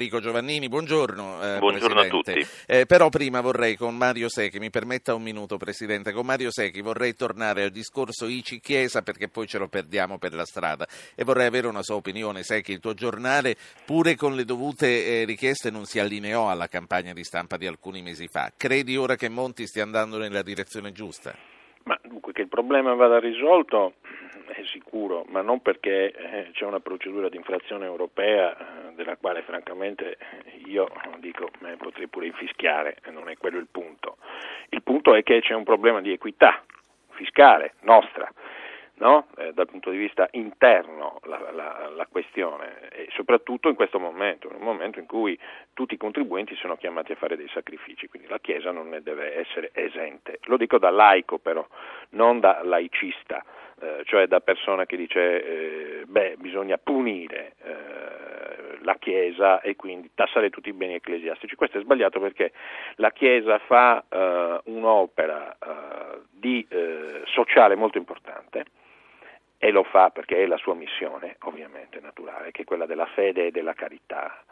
Enrico Giovannini, buongiorno. Eh, buongiorno Presidente. a tutti. Eh, però prima vorrei con Mario Secchi, mi permetta un minuto Presidente, con Mario Secchi vorrei tornare al discorso I C I Chiesa perché poi ce lo perdiamo per la strada e vorrei avere una sua opinione. Secchi, il tuo giornale pure con le dovute eh, richieste non si allineò alla campagna di stampa di alcuni mesi fa. Credi ora che Monti stia andando nella direzione giusta? Ma dunque che il problema vada risolto è sicuro, ma non perché eh, c'è una procedura di infrazione europea eh, della quale francamente io dico eh, potrei pure infischiare, non è quello il punto. Il punto è che c'è un problema di equità fiscale nostra, no? Eh, dal punto di vista interno la, la, la questione, e soprattutto in questo momento, in un momento in cui tutti i contribuenti sono chiamati a fare dei sacrifici, quindi la Chiesa non ne deve essere esente. Lo dico da laico però, non da laicista. Eh, cioè da persona che dice eh, beh bisogna punire eh, la Chiesa e quindi tassare tutti i beni ecclesiastici. Questo è sbagliato perché la Chiesa fa eh, un'opera eh, di eh, sociale molto importante e lo fa perché è la sua missione ovviamente naturale, che è quella della fede e della carità.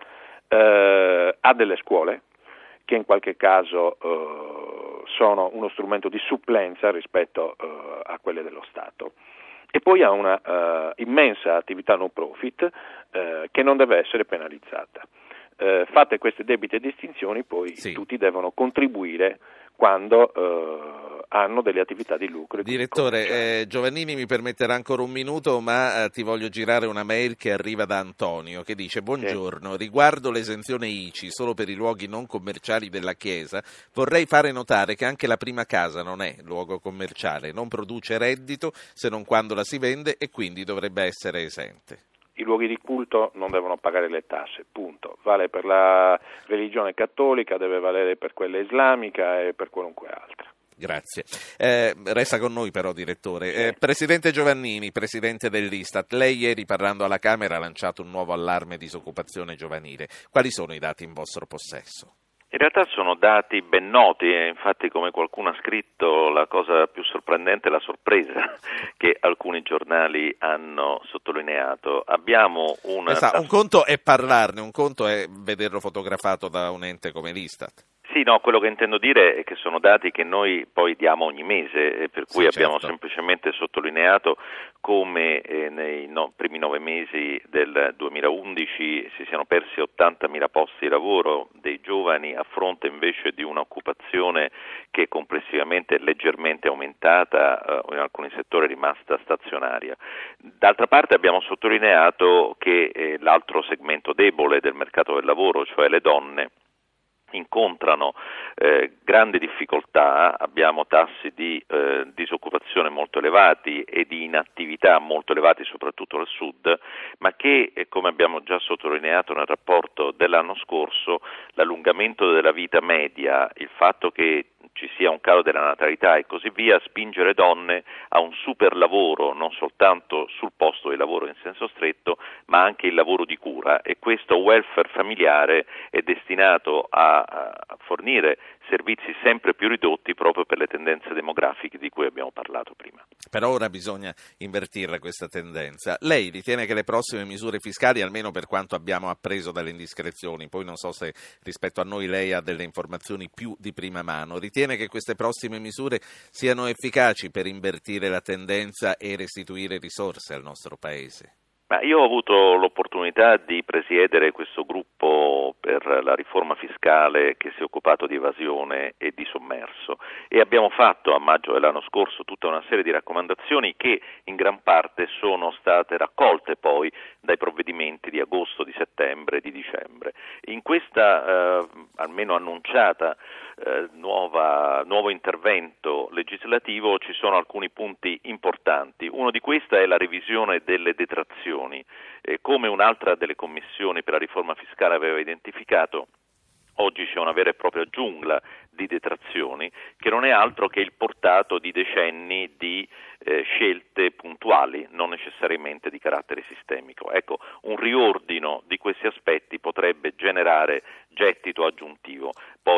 Eh, ha delle scuole che in qualche caso eh, sono uno strumento di supplenza rispetto eh, a quelle dello Stato, e poi ha una eh, immensa attività no profit eh, che non deve essere penalizzata. Eh, fatte queste debite distinzioni, poi sì. Tutti devono contribuire quando eh, hanno delle attività di lucro. Direttore, eh, Giovannini mi permetterà ancora un minuto, ma eh, ti voglio girare una mail che arriva da Antonio che dice: buongiorno, sì. Riguardo l'esenzione I C I solo per i luoghi non commerciali della Chiesa, vorrei fare notare che anche la prima casa non è luogo commerciale, non produce reddito se non quando la si vende e quindi dovrebbe essere esente. I luoghi di culto non devono pagare le tasse, punto. Vale per la religione cattolica, deve valere per quella islamica e per qualunque altra. Grazie. Eh, resta con noi però, direttore. Eh, Presidente Giovannini, Presidente dell'Istat, lei ieri parlando alla Camera ha lanciato un nuovo allarme disoccupazione giovanile. Quali sono i dati in vostro possesso? In realtà sono dati ben noti e infatti, come qualcuno ha scritto, la cosa più sorprendente è la sorpresa che alcuni giornali hanno sottolineato. Abbiamo una... Esatto, un conto è parlarne, un conto è vederlo fotografato da un ente come l'Istat. Sì, no, quello che intendo dire è che sono dati che noi poi diamo ogni mese, per cui sì, abbiamo certo. semplicemente sottolineato come eh, nei no, primi nove mesi del duemilaundici si siano persi ottantamila posti di lavoro dei giovani a fronte invece di un'occupazione che complessivamente è leggermente aumentata o eh, in alcuni settori è rimasta stazionaria. D'altra parte abbiamo sottolineato che eh, l'altro segmento debole del mercato del lavoro, cioè le donne, incontrano eh, grandi difficoltà, abbiamo tassi di eh, disoccupazione molto elevati e di inattività molto elevati soprattutto al sud, ma che eh, come abbiamo già sottolineato nel rapporto dell'anno scorso, l'allungamento della vita media, il fatto che ci sia un calo della natalità e così via, spinge le donne a un super lavoro non soltanto sul posto di lavoro in senso stretto, ma anche il lavoro di cura, e questo welfare familiare è destinato a, a fornire servizi sempre più ridotti proprio per le tendenze demografiche di cui abbiamo parlato prima. Per ora bisogna invertire questa tendenza. Lei ritiene che le prossime misure fiscali, almeno per quanto abbiamo appreso dalle indiscrezioni, poi non so se rispetto a noi lei ha delle informazioni più di prima mano, ritiene che queste prossime misure siano efficaci per invertire la tendenza e restituire risorse al nostro Paese? Ma io ho avuto l'opportunità di presiedere questo gruppo per la riforma fiscale che si è occupato di evasione e di sommerso, e abbiamo fatto a maggio dell'anno scorso tutta una serie di raccomandazioni che in gran parte sono state raccolte poi dai provvedimenti di agosto, di settembre e di dicembre. In questa eh, almeno annunciata eh, nuova, nuovo intervento legislativo ci sono alcuni punti importanti. Uno di questi è la revisione delle detrazioni. Eh, come un'altra delle commissioni per la riforma fiscale aveva identificato, oggi c'è una vera e propria giungla di detrazioni che non è altro che il portato di decenni di eh, scelte puntuali, non necessariamente di carattere sistemico. Ecco, un riordino di questi aspetti potrebbe generare gettito aggiuntivo. Poi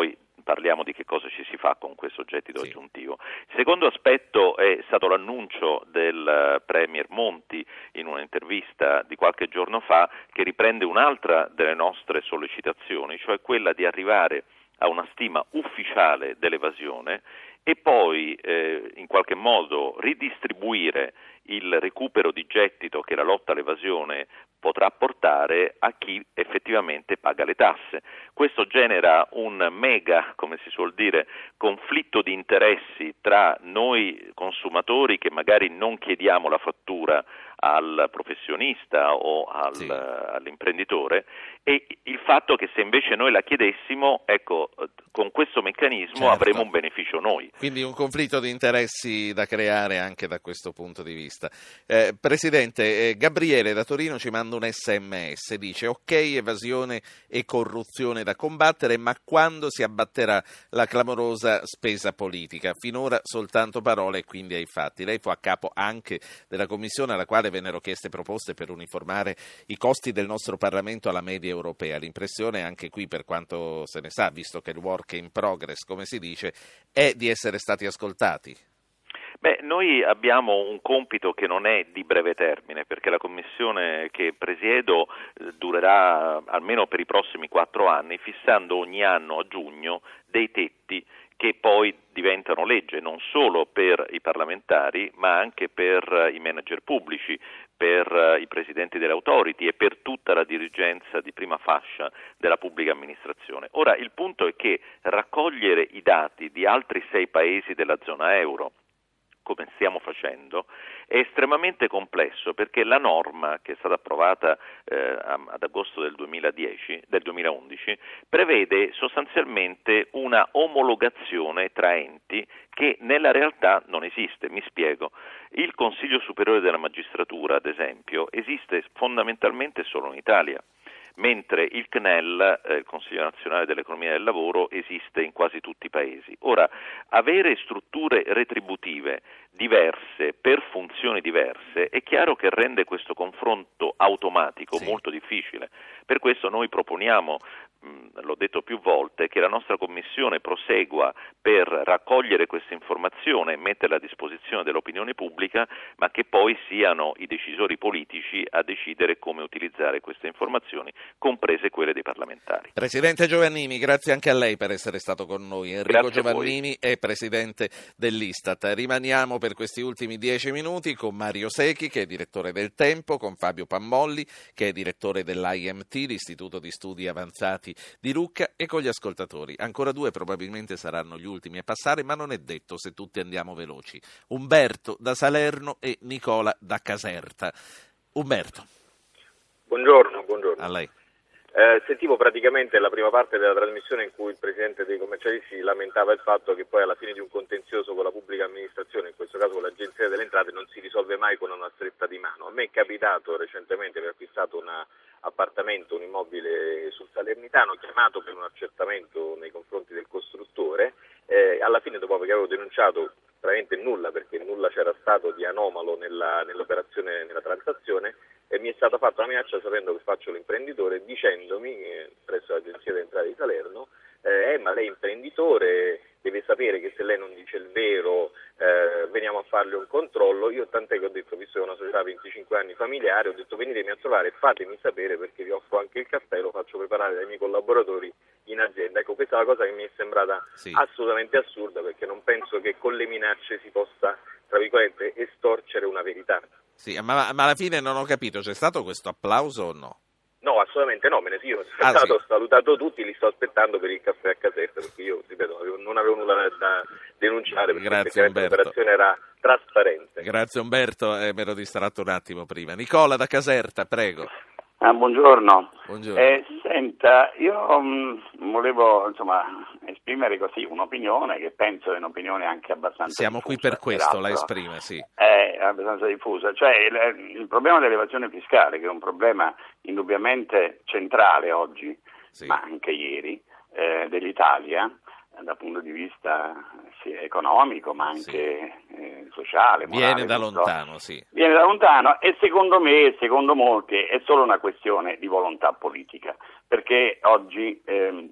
parliamo di che cosa ci si fa con questo gettito sì. aggiuntivo. Il secondo aspetto è stato l'annuncio del Premier Monti in un'intervista di qualche giorno fa, che riprende un'altra delle nostre sollecitazioni, cioè quella di arrivare a una stima ufficiale dell'evasione e poi eh, in qualche modo ridistribuire il recupero di gettito che la lotta all'evasione potrà portare a chi effettivamente paga le tasse. Questo genera un mega, come si suol dire, conflitto di interessi tra noi consumatori che magari non chiediamo la fattura al professionista o al, sì. all'imprenditore, e il fatto che se invece noi la chiedessimo, ecco, con questo meccanismo certo. avremo un beneficio noi. Quindi un conflitto di interessi da creare anche da questo punto di vista. Eh, Presidente, eh, Gabriele da Torino ci manda un sms, dice ok evasione e corruzione da combattere, ma quando si abbatterà la clamorosa spesa politica? Finora soltanto parole e quindi ai fatti. Lei fu a capo anche della commissione alla quale vennero chieste proposte per uniformare i costi del nostro Parlamento alla media europea. L'impressione anche qui, per quanto se ne sa, visto che il work in progress, come si dice, è di essere stati ascoltati. Beh, noi abbiamo un compito che non è di breve termine, perché la commissione che presiedo eh, durerà almeno per i prossimi quattro anni, fissando ogni anno a giugno dei tetti che poi diventano legge non solo per i parlamentari ma anche per i manager pubblici, per i presidenti delle authority e per tutta la dirigenza di prima fascia della pubblica amministrazione. Ora il punto è che raccogliere i dati di altri sei paesi della zona euro, come stiamo facendo, è estremamente complesso, perché la norma che è stata approvata eh, ad agosto del duemiladieci, del duemilaundici prevede sostanzialmente una omologazione tra enti che nella realtà non esiste. Mi spiego. Il Consiglio Superiore della Magistratura, ad esempio, esiste fondamentalmente solo in Italia, mentre il C N E L, eh, il Consiglio Nazionale dell'Economia e del Lavoro, esiste in quasi tutti i paesi. Ora, avere strutture retributive diverse per funzioni diverse è chiaro che rende questo confronto automatico sì. molto difficile. Per questo noi proponiamo, mh, l'ho detto più volte, che la nostra Commissione prosegua per raccogliere questa informazione e metterla a disposizione dell'opinione pubblica, ma che poi siano i decisori politici a decidere come utilizzare queste informazioni, comprese quelle dei parlamentari. Presidente Giovannini, grazie anche a lei per essere stato con noi. Enrico grazie Giovannini è presidente dell'Istat. Rimaniamo per questi ultimi dieci minuti con Mario Secchi, che è direttore del Tempo, con Fabio Pammolli, che è direttore dell'I M T, l'Istituto di Studi Avanzati di Lucca, e con gli ascoltatori. Ancora due probabilmente saranno gli ultimi a passare, ma non è detto se tutti andiamo veloci. Umberto da Salerno e Nicola da Caserta. Umberto. Buongiorno, buongiorno. A lei. Eh, sentivo praticamente la prima parte della trasmissione in cui il presidente dei commercialisti lamentava il fatto che poi alla fine di un contenzioso con la pubblica amministrazione, in questo caso con l'Agenzia delle Entrate, non si risolve mai con una stretta di mano. A me è capitato recentemente di aver acquistato un appartamento, un immobile sul Salernitano, chiamato per un accertamento nei confronti del costruttore, eh, alla fine, dopo che avevo denunciato praticamente nulla, perché nulla c'era stato di anomalo nella, nell'operazione, nella transazione, e mi è stata fatta una minaccia, sapendo che faccio l'imprenditore, dicendomi eh, presso l'Agenzia delle Entrate di Salerno eh, eh, ma lei è imprenditore, deve sapere che se lei non dice il vero eh, veniamo a farle un controllo. Io tant'è che ho detto, visto che è una società venticinque anni familiare, ho detto venitemi a trovare e fatemi sapere, perché vi offro anche il caffè, lo faccio preparare dai miei collaboratori in azienda. Ecco, questa è una cosa che mi è sembrata sì. assolutamente assurda, perché non penso che con le minacce si possa, tra virgolette, estorcere una verità. Sì, ma, ma alla fine non ho capito, c'è stato questo applauso o no? No, assolutamente no, me ne io sono ah, stato, sì. ho salutato tutti, li sto aspettando per il caffè a Caserta, perché io, ripeto, non avevo nulla da denunciare, perché Grazie, l'operazione era trasparente. Grazie Umberto, eh, mi ero distratto un attimo prima. Nicola da Caserta, prego. Ah, buongiorno. Buongiorno. Eh, senta, io mh, volevo insomma esprimere così un'opinione che penso è un'opinione anche abbastanza Siamo diffusa, qui per questo, peraltro. la esprime, sì. È abbastanza diffusa, cioè il, il problema dell'evasione fiscale, che è un problema indubbiamente centrale oggi, sì. ma anche ieri, eh, dell'Italia, dal punto di vista sia economico ma anche sì. eh, sociale, morale. Viene da lontano, sì. Viene da lontano e secondo me, secondo molti, è solo una questione di volontà politica, perché oggi ehm,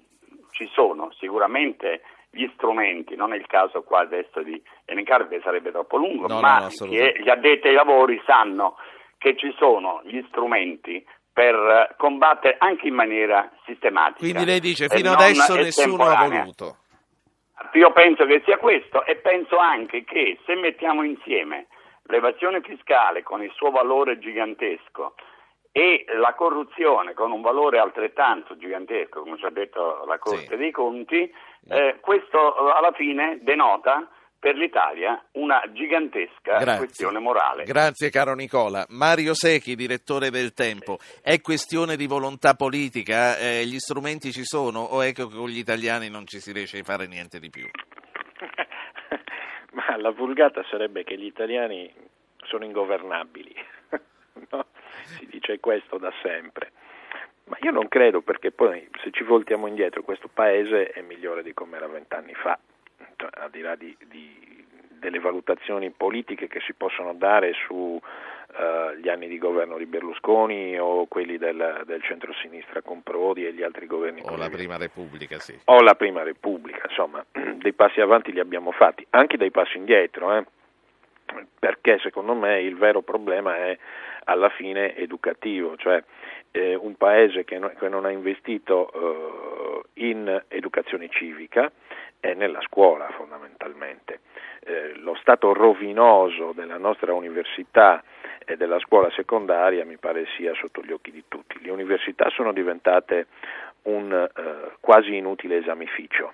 ci sono sicuramente gli strumenti, non è il caso qua adesso di elencare perché sarebbe troppo lungo, no, ma no, che gli addetti ai lavori sanno che ci sono gli strumenti per combattere anche in maniera sistematica. Quindi lei dice fino adesso nessuno ha voluto. Io penso che sia questo e penso anche che se mettiamo insieme l'evasione fiscale con il suo valore gigantesco e la corruzione con un valore altrettanto gigantesco, come ci ha detto la Corte sì. dei Conti, eh, questo alla fine denota per l'Italia una gigantesca Grazie. questione morale. Grazie caro Nicola. Mario Secchi, direttore del Tempo, è questione di volontà politica? Eh, gli strumenti ci sono o è che con gli italiani non ci si riesce a fare niente di più? Ma la vulgata sarebbe che gli italiani sono ingovernabili, no? Si dice questo da sempre. Ma io non credo, perché poi se ci voltiamo indietro questo paese è migliore di come era vent'anni fa, cioè, al di là di, di, delle valutazioni politiche che si possono dare su uh, gli anni di governo di Berlusconi o quelli del, del centro-sinistra con Prodi e gli altri governi. O la Prima Repubblica, sì. O la Prima Repubblica, insomma, dei passi avanti li abbiamo fatti, anche dei passi indietro, eh? Perché secondo me il vero problema è alla fine educativo, cioè eh, un paese che, no, che non ha investito eh, in educazione civica e nella scuola fondamentalmente. Eh, lo stato rovinoso della nostra università e della scuola secondaria mi pare sia sotto gli occhi di tutti. Le università sono diventate un eh, quasi inutile esamificio.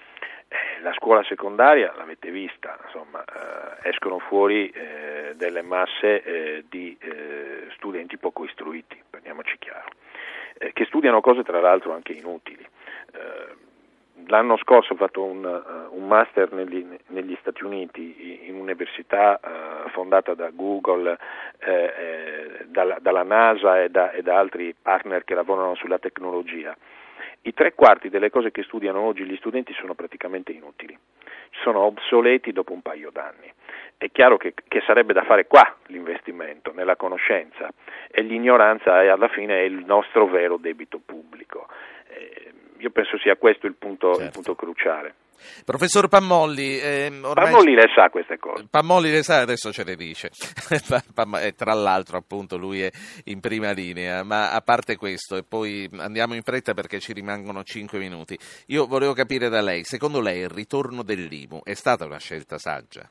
La scuola secondaria, l'avete vista, insomma, eh, escono fuori eh, delle masse eh, di eh, studenti poco istruiti, parliamoci chiaro, eh, che studiano cose tra l'altro anche inutili. Eh, l'anno scorso ho fatto un, uh, un master negli, negli Stati Uniti in un'università uh, fondata da Google, eh, eh, dalla, dalla NASA e da, e da altri partner che lavorano sulla tecnologia. I tre quarti delle cose che studiano oggi gli studenti sono praticamente inutili, sono obsoleti dopo un paio d'anni. È chiaro che, che sarebbe da fare qua l'investimento, nella conoscenza, e l'ignoranza è, alla fine è il nostro vero debito pubblico. Eh, io penso sia questo il punto, certo. il punto cruciale. Professor Pammolli, eh, ormai Pammolli le sa queste cose. Pammolli le sa, adesso ce le dice. Tra l'altro, appunto, lui è in prima linea. Ma a parte questo, e poi andiamo in fretta perché ci rimangono cinque minuti. Io volevo capire da lei, secondo lei il ritorno dell'I M U è stata una scelta saggia?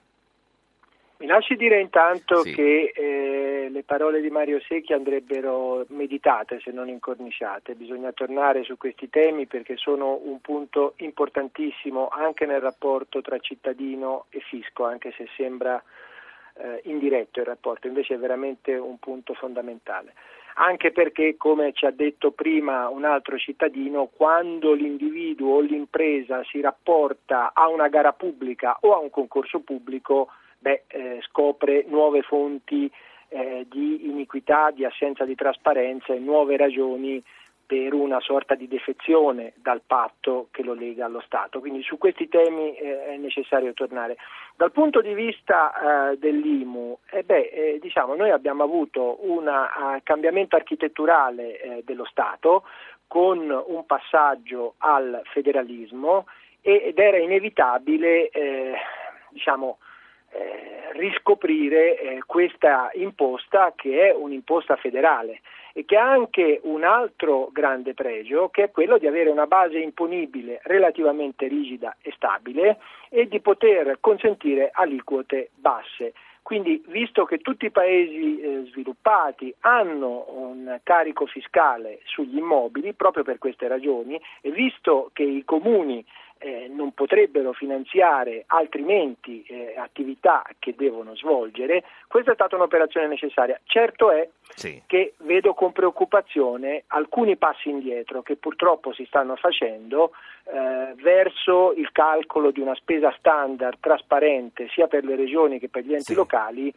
Mi lasci dire intanto sì. che eh, le parole di Mario Secchi andrebbero meditate se non incorniciate. Bisogna tornare su questi temi perché sono un punto importantissimo anche nel rapporto tra cittadino e fisco, anche se sembra eh, indiretto il rapporto, invece è veramente un punto fondamentale. Anche perché, come ci ha detto prima un altro cittadino, quando l'individuo o l'impresa si rapporta a una gara pubblica o a un concorso pubblico, beh, eh, scopre nuove fonti eh, di iniquità, di assenza di trasparenza e nuove ragioni per una sorta di defezione dal patto che lo lega allo Stato. Quindi su questi temi eh, è necessario tornare. Dal punto di vista eh, dell'I M U, eh beh, eh, diciamo, noi abbiamo avuto un uh, cambiamento architetturale eh, dello Stato con un passaggio al federalismo ed era inevitabile, eh, diciamo, Eh, riscoprire eh, questa imposta che è un'imposta federale e che ha anche un altro grande pregio, che è quello di avere una base imponibile relativamente rigida e stabile e di poter consentire aliquote basse. Quindi, visto che tutti i paesi eh, sviluppati hanno un carico fiscale sugli immobili proprio per queste ragioni e visto che i comuni Eh, non potrebbero finanziare altrimenti eh, attività che devono svolgere, questa è stata un'operazione necessaria. Certo è sì. che vedo con preoccupazione alcuni passi indietro che purtroppo si stanno facendo eh, verso il calcolo di una spesa standard trasparente sia per le regioni che per gli enti sì. locali,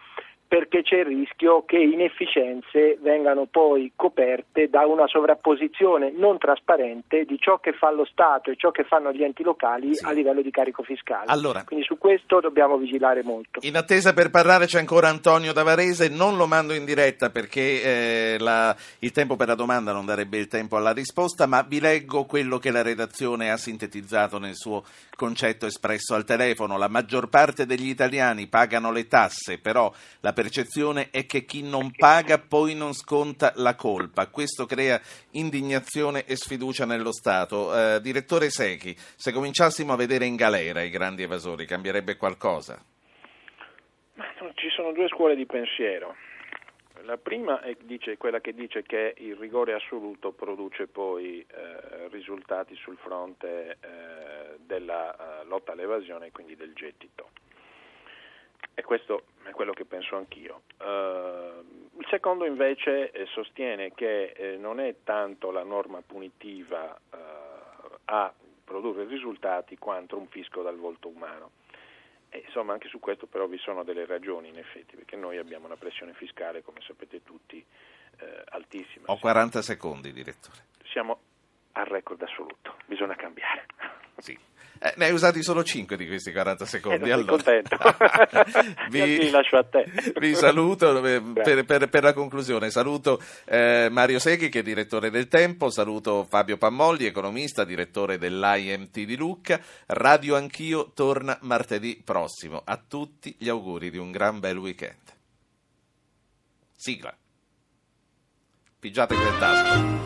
perché c'è il rischio che inefficienze vengano poi coperte da una sovrapposizione non trasparente di ciò che fa lo Stato e ciò che fanno gli enti locali sì. a livello di carico fiscale. Allora, quindi su questo dobbiamo vigilare molto. In attesa per parlare c'è ancora Antonio da Varese, non lo mando in diretta perché eh, la, il tempo per la domanda non darebbe il tempo alla risposta, ma vi leggo quello che la redazione ha sintetizzato nel suo concetto espresso al telefono. La maggior parte degli italiani pagano le tasse, però la percezione è che chi non paga poi non sconta la colpa. Questo crea indignazione e sfiducia nello Stato. Eh, direttore Secchi, se cominciassimo a vedere in galera i grandi evasori, cambierebbe qualcosa? Ci sono due scuole di pensiero. La prima è dice, quella che dice che il rigore assoluto produce poi eh, risultati sul fronte eh, della uh, lotta all'evasione e quindi del gettito. E questo è quello che penso anch'io. Uh, il secondo invece eh, sostiene che eh, non è tanto la norma punitiva uh, a produrre risultati quanto un fisco dal volto umano. E, insomma, anche su questo però vi sono delle ragioni in effetti, perché noi abbiamo una pressione fiscale, come sapete tutti, eh, altissima. Ho quaranta secondi, direttore. Siamo al record assoluto, bisogna cambiare. Sì. Eh, ne hai usati solo cinque di questi quaranta secondi. Eh, allora. Contento. vi, vi lascio a te. Vi saluto per, per, per la conclusione. Saluto eh, Mario Secchi, che è direttore del Tempo, saluto Fabio Pammolli, economista, direttore dell'I M T di Lucca. Radio Anch'io torna martedì prossimo. A tutti gli auguri di un gran bel weekend. Sigla. Pigiate quel tasto.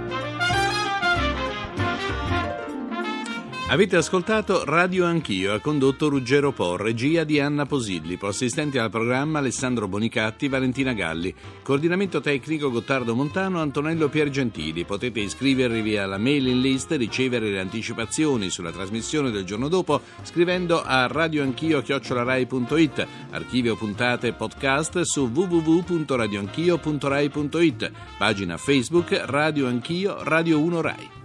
Avete ascoltato Radio Anch'io, ha condotto Ruggero Po, regia di Anna Posillipo, assistenti al programma Alessandro Bonicatti, Valentina Galli, coordinamento tecnico Gottardo Montano, Antonello Piergentili. Potete iscrivervi alla mailing list e ricevere le anticipazioni sulla trasmissione del giorno dopo scrivendo a radioanchio chiocciola rai punto it, archivio puntate podcast su w w w punto radioanchio punto rai punto it, pagina Facebook Radio Anch'io, Radio uno Rai.